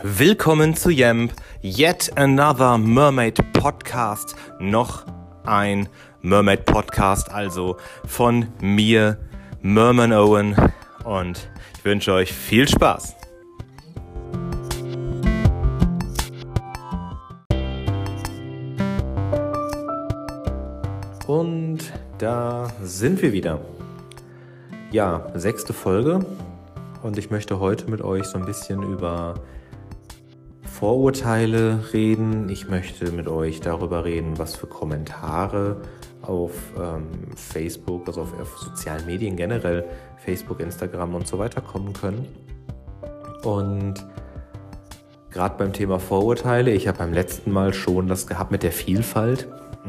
Willkommen zu Yamp, yet another Mermaid Podcast, noch ein Mermaid Podcast, also von mir, Merman Owen, und ich wünsche euch viel Spaß. Und da sind wir wieder. Ja, 6. Folge, und ich möchte heute mit euch so ein bisschen über Vorurteile reden. Ich möchte mit euch darüber reden, was für Kommentare auf Facebook, also auf sozialen Medien generell, Facebook, Instagram und so weiter kommen können. Und gerade beim Thema Vorurteile, ich habe beim letzten Mal schon das gehabt mit der Vielfalt,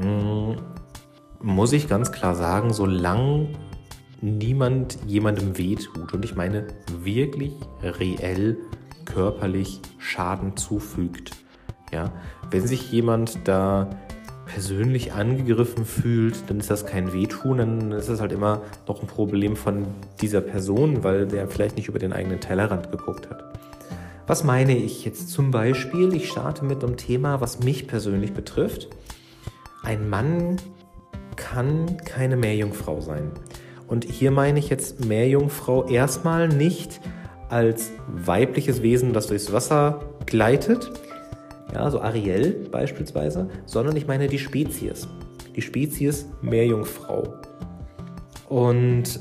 muss ich ganz klar sagen, solange niemand jemandem wehtut, und ich meine wirklich reell körperlich Schaden zufügt. Ja? Wenn sich jemand da persönlich angegriffen fühlt, dann ist das kein Wehtun, dann ist das halt immer noch ein Problem von dieser Person, weil der vielleicht nicht über den eigenen Tellerrand geguckt hat. Was meine ich jetzt zum Beispiel? Ich starte mit einem Thema, was mich persönlich betrifft. Ein Mann kann keine Meerjungfrau sein. Und hier meine ich jetzt Meerjungfrau erstmal nicht als weibliches Wesen, das durchs Wasser gleitet, ja, so Ariel beispielsweise, sondern ich meine die Spezies Meerjungfrau. Und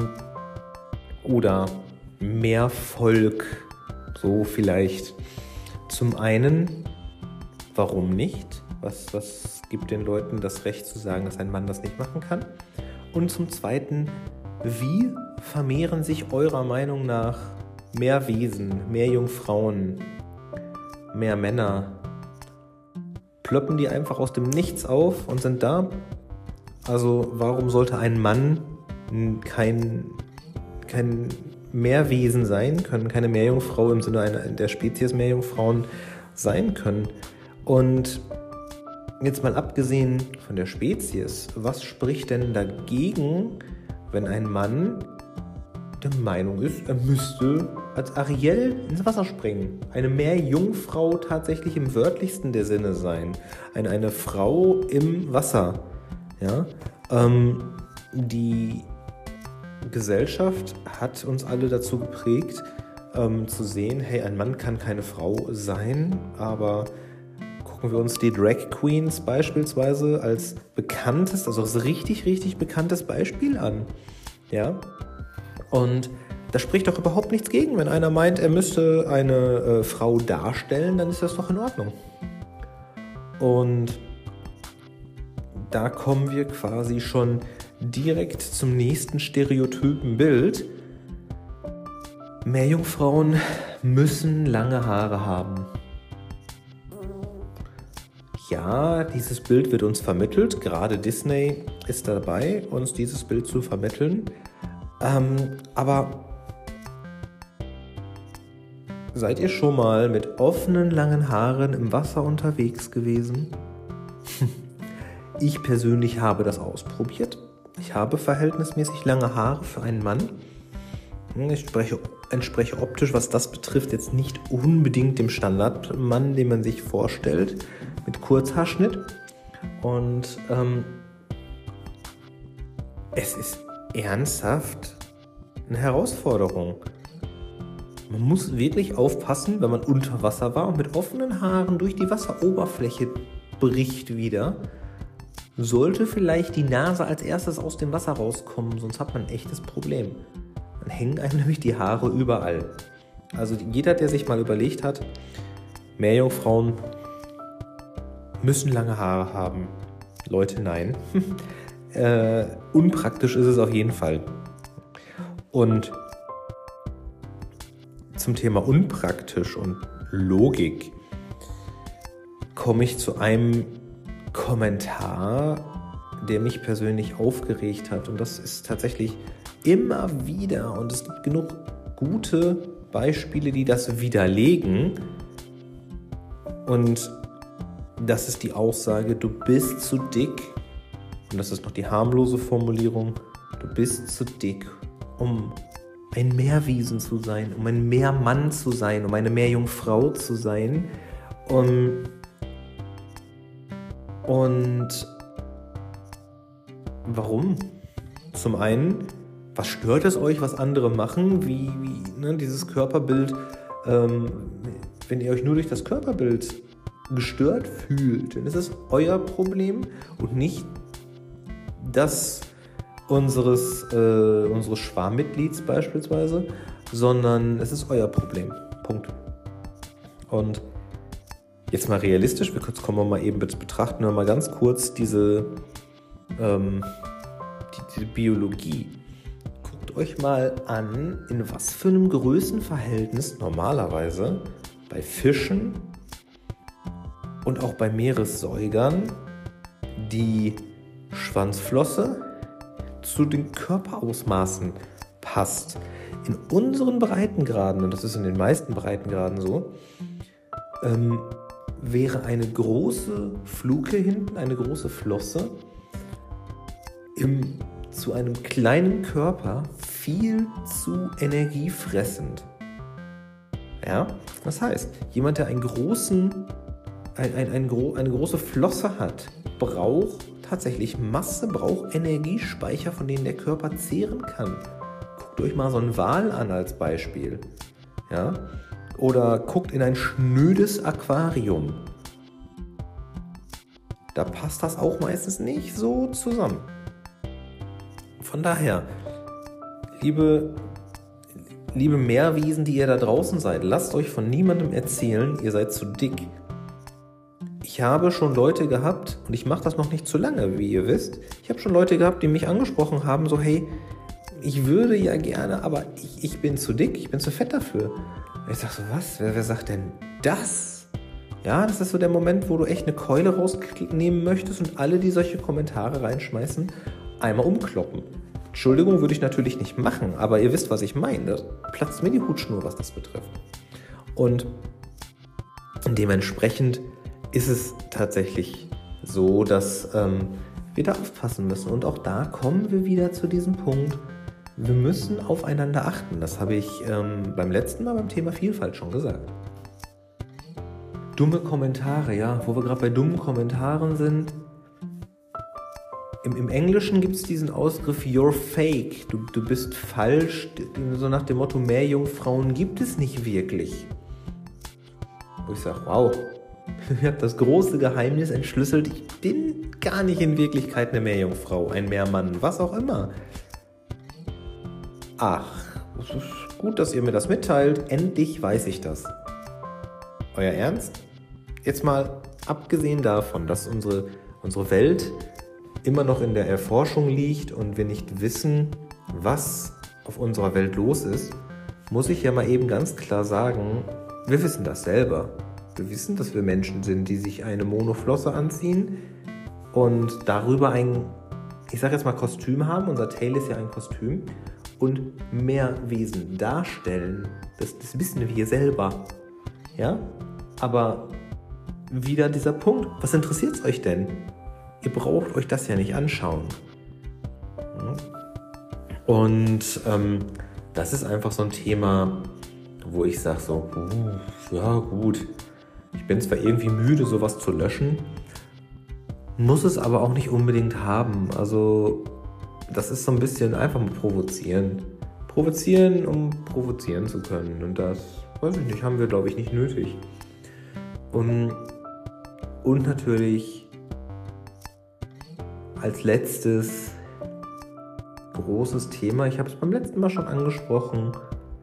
oder Meervolk, so vielleicht. Zum einen, warum nicht? Was gibt den Leuten das Recht zu sagen, dass ein Mann das nicht machen kann? Und zum zweiten, wie vermehren sich eurer Meinung nach mehr Wesen, mehr Jungfrauen, mehr Männer? Ploppen die einfach aus dem Nichts auf und sind da? Also warum sollte ein Mann kein Meerwesen sein können, keine Meerjungfrau im Sinne der Spezies Meerjungfrauen sein können? Und jetzt mal abgesehen von der Spezies, was spricht denn dagegen, wenn ein Mann der Meinung ist, er müsste als Ariel ins Wasser springen? Eine Meerjungfrau tatsächlich im wörtlichsten der Sinne sein. Eine Frau im Wasser. Ja? Die Gesellschaft hat uns alle dazu geprägt, zu sehen, hey, ein Mann kann keine Frau sein, aber gucken wir uns die Drag Queens beispielsweise als bekanntes, also als richtig, richtig bekanntes Beispiel an. Ja? Und da spricht doch überhaupt nichts gegen. Wenn einer meint, er müsste eine Frau darstellen, dann ist das doch in Ordnung. Und da kommen wir quasi schon direkt zum nächsten Stereotypenbild. Meerjungfrauen müssen lange Haare haben. Ja, dieses Bild wird uns vermittelt. Gerade Disney ist dabei, uns dieses Bild zu vermitteln. Aber seid ihr schon mal mit offenen, langen Haaren im Wasser unterwegs gewesen? Ich persönlich habe das ausprobiert. Ich habe verhältnismäßig lange Haare für einen Mann. Ich entspreche optisch, was das betrifft, jetzt nicht unbedingt dem Standardmann, den man sich vorstellt, mit Kurzhaarschnitt. Und es ist ernsthaft eine Herausforderung. Man muss wirklich aufpassen, wenn man unter Wasser war und mit offenen Haaren durch die Wasseroberfläche bricht wieder, sollte vielleicht die Nase als erstes aus dem Wasser rauskommen, sonst hat man ein echtes Problem. Dann hängen einem nämlich die Haare überall. Also jeder, der sich mal überlegt hat, Meerjungfrauen müssen lange Haare haben. Leute, nein. Unpraktisch ist es auf jeden Fall. Und zum Thema unpraktisch und Logik komme ich zu einem Kommentar, der mich persönlich aufgeregt hat. Und das ist tatsächlich immer wieder, und es gibt genug gute Beispiele, die das widerlegen. Und das ist die Aussage, du bist zu dick. Und das ist noch die harmlose Formulierung, du bist zu dick, um ein Meerwesen zu sein, um ein Meermann zu sein, um eine Meerjungfrau zu sein. Und warum? Zum einen, was stört es euch, was andere machen? Wie dieses Körperbild, wenn ihr euch nur durch das Körperbild gestört fühlt, dann ist es euer Problem und nicht das unseres Schwarmmitglieds beispielsweise, sondern es ist euer Problem. Punkt. Und jetzt mal realistisch, kommen wir mal eben, betrachten wir mal ganz kurz diese Biologie. Guckt euch mal an, in was für einem Größenverhältnis normalerweise bei Fischen und auch bei Meeressäugern die Schwanzflosse zu den Körperausmaßen passt. In unseren Breitengraden, und das ist in den meisten Breitengraden so, wäre eine große Fluke hinten, eine große Flosse, zu einem kleinen Körper viel zu energiefressend. Ja, das heißt, jemand, der eine große Flosse hat, braucht tatsächlich Masse, braucht Energiespeicher, von denen der Körper zehren kann. Guckt euch mal so einen Wal an als Beispiel. Ja? Oder guckt in ein schnödes Aquarium. Da passt das auch meistens nicht so zusammen. Von daher, liebe Meerwesen, die ihr da draußen seid, lasst euch von niemandem erzählen, ihr seid zu dick. Ich habe schon Leute gehabt, und ich mache das noch nicht zu lange, wie ihr wisst, ich habe schon Leute gehabt, die mich angesprochen haben, so hey, ich würde ja gerne, aber ich bin zu dick, ich bin zu fett dafür. Und ich sage so, was? Wer sagt denn das? Ja, das ist so der Moment, wo du echt eine Keule rausnehmen möchtest und alle, die solche Kommentare reinschmeißen, einmal umkloppen. Entschuldigung, würde ich natürlich nicht machen, aber ihr wisst, was ich meine. Da platzt mir die Hutschnur, was das betrifft. Und dementsprechend ist es tatsächlich so, dass wir da aufpassen müssen. Und auch da kommen wir wieder zu diesem Punkt, wir müssen aufeinander achten. Das habe ich beim letzten Mal beim Thema Vielfalt schon gesagt. Dumme Kommentare, ja, wo wir gerade bei dummen Kommentaren sind. Im Englischen gibt es diesen Ausgriff You're fake, du bist falsch, so nach dem Motto, Meerjungfrauen gibt es nicht wirklich. Wo ich sage, wow, ihr habt das große Geheimnis entschlüsselt, ich bin gar nicht in Wirklichkeit eine Meerjungfrau, ein Meermann, was auch immer. Ach, es ist gut, dass ihr mir das mitteilt, endlich weiß ich das. Euer Ernst? Jetzt mal abgesehen davon, dass unsere Welt immer noch in der Erforschung liegt und wir nicht wissen, was auf unserer Welt los ist, muss ich ja mal eben ganz klar sagen, wir wissen das selber. Wir wissen, dass wir Menschen sind, die sich eine Monoflosse anziehen und darüber ich sage jetzt mal Kostüm haben, unser Tail ist ja ein Kostüm, und Meerwesen darstellen, das wissen wir selber. Ja? Aber wieder dieser Punkt, was interessiert es euch denn? Ihr braucht euch das ja nicht anschauen. Und das ist einfach so ein Thema, wo ich sage so, ja gut, ich bin zwar irgendwie müde, sowas zu löschen, muss es aber auch nicht unbedingt haben. Also das ist so ein bisschen einfach mal provozieren. Provozieren, um provozieren zu können. Und das, weiß ich nicht, haben wir, glaube ich, nicht nötig. Und natürlich als letztes großes Thema, ich habe es beim letzten Mal schon angesprochen,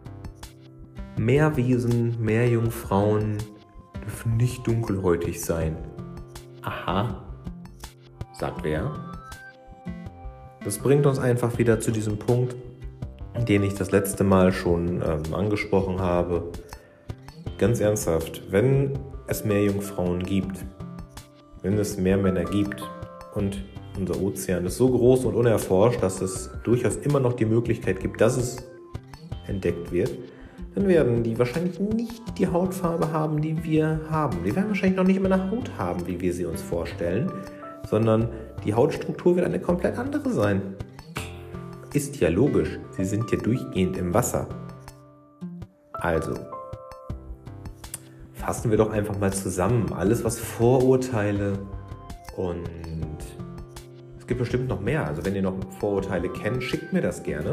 Meerwesen, Meerjungfrauen dürfen nicht dunkelhäutig sein. Aha, sagt wer? Das bringt uns einfach wieder zu diesem Punkt, den ich das letzte Mal schon angesprochen habe. Ganz ernsthaft, wenn es Meerjungfrauen gibt, wenn es Meermänner gibt und unser Ozean ist so groß und unerforscht, dass es durchaus immer noch die Möglichkeit gibt, dass es entdeckt wird, dann werden die wahrscheinlich nicht die Hautfarbe haben, die wir haben. Die werden wahrscheinlich noch nicht immer eine Haut haben, wie wir sie uns vorstellen, sondern die Hautstruktur wird eine komplett andere sein. Ist ja logisch, sie sind ja durchgehend im Wasser. Also, fassen wir doch einfach mal zusammen. Alles, was Vorurteile und es gibt bestimmt noch mehr. Also wenn ihr noch Vorurteile kennt, schickt mir das gerne.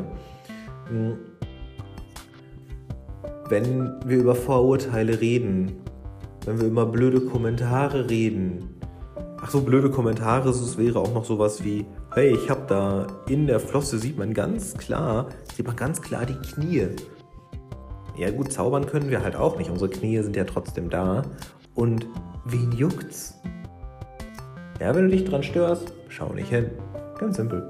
Wenn wir über Vorurteile reden, wenn wir über blöde Kommentare reden. Ach so, blöde Kommentare, es wäre auch noch sowas wie, hey, ich habe da in der Flosse, sieht man ganz klar die Knie. Ja gut, zaubern können wir halt auch nicht. Unsere Knie sind ja trotzdem da. Und wen juckt's? Ja, wenn du dich dran störst, schau nicht hin. Ganz simpel.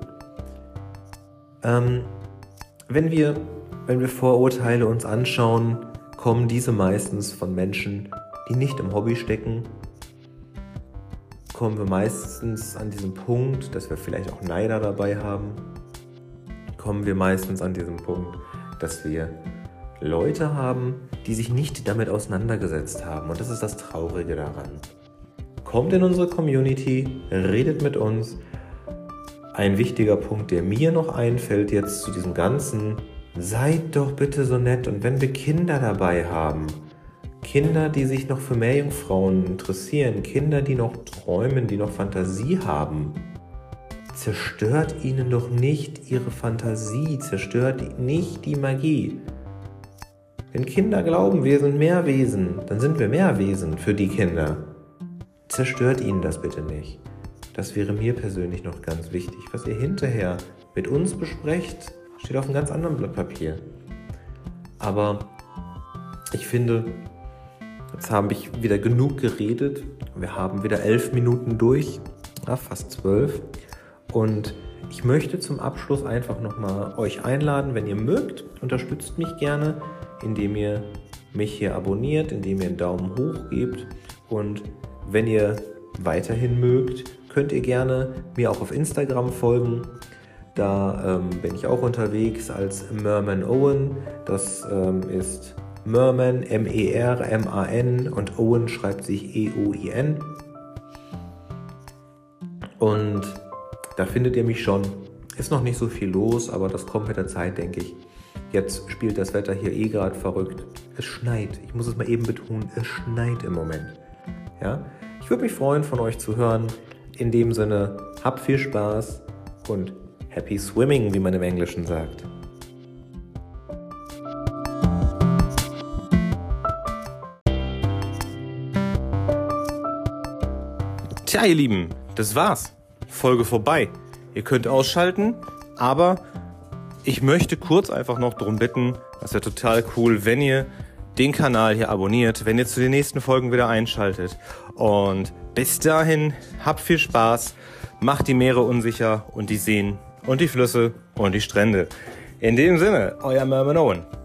Wenn wir Vorurteile uns anschauen, kommen diese meistens von Menschen, die nicht im Hobby stecken. Kommen wir meistens an diesem Punkt, dass wir vielleicht auch Neider dabei haben. Kommen wir meistens an diesem Punkt, dass wir Leute haben, die sich nicht damit auseinandergesetzt haben. Und das ist das Traurige daran. Kommt in unsere Community, redet mit uns. Ein wichtiger Punkt, der mir noch einfällt jetzt zu diesem Ganzen: Seid doch bitte so nett, und wenn wir Kinder dabei haben, Kinder, die sich noch für Meerjungfrauen interessieren, Kinder, die noch träumen, die noch Fantasie haben, zerstört ihnen doch nicht ihre Fantasie, zerstört nicht die Magie. Wenn Kinder glauben, wir sind Meerwesen, dann sind wir Meerwesen für die Kinder. Zerstört ihnen das bitte nicht. Das wäre mir persönlich noch ganz wichtig. Was ihr hinterher mit uns besprecht, steht auf einem ganz anderen Blatt Papier. Aber ich finde, jetzt habe ich wieder genug geredet. Wir haben wieder 11 Minuten durch, fast 12. Und ich möchte zum Abschluss einfach nochmal euch einladen, wenn ihr mögt, unterstützt mich gerne, indem ihr mich hier abonniert, indem ihr einen Daumen hoch gebt. Und wenn ihr weiterhin mögt, könnt ihr gerne mir auch auf Instagram folgen. Da bin ich auch unterwegs als Merman Owen. Das ist Merman, M-E-R-M-A-N, und Owen schreibt sich E-O-I-N. Und da findet ihr mich schon. Ist noch nicht so viel los, aber das kommt mit der Zeit, denke ich. Jetzt spielt das Wetter hier gerade verrückt. Es schneit. Ich muss es mal eben betonen, es schneit im Moment. Ja? Ich würde mich freuen, von euch zu hören. In dem Sinne, habt viel Spaß und happy swimming, wie man im Englischen sagt. Tja, ihr Lieben, das war's. Folge vorbei. Ihr könnt ausschalten, aber ich möchte kurz einfach noch darum bitten, das wäre total cool, wenn ihr den Kanal hier abonniert, wenn ihr zu den nächsten Folgen wieder einschaltet. Und bis dahin, habt viel Spaß, macht die Meere unsicher und die Seen und die Flüsse und die Strände. In dem Sinne, euer Merman Owen.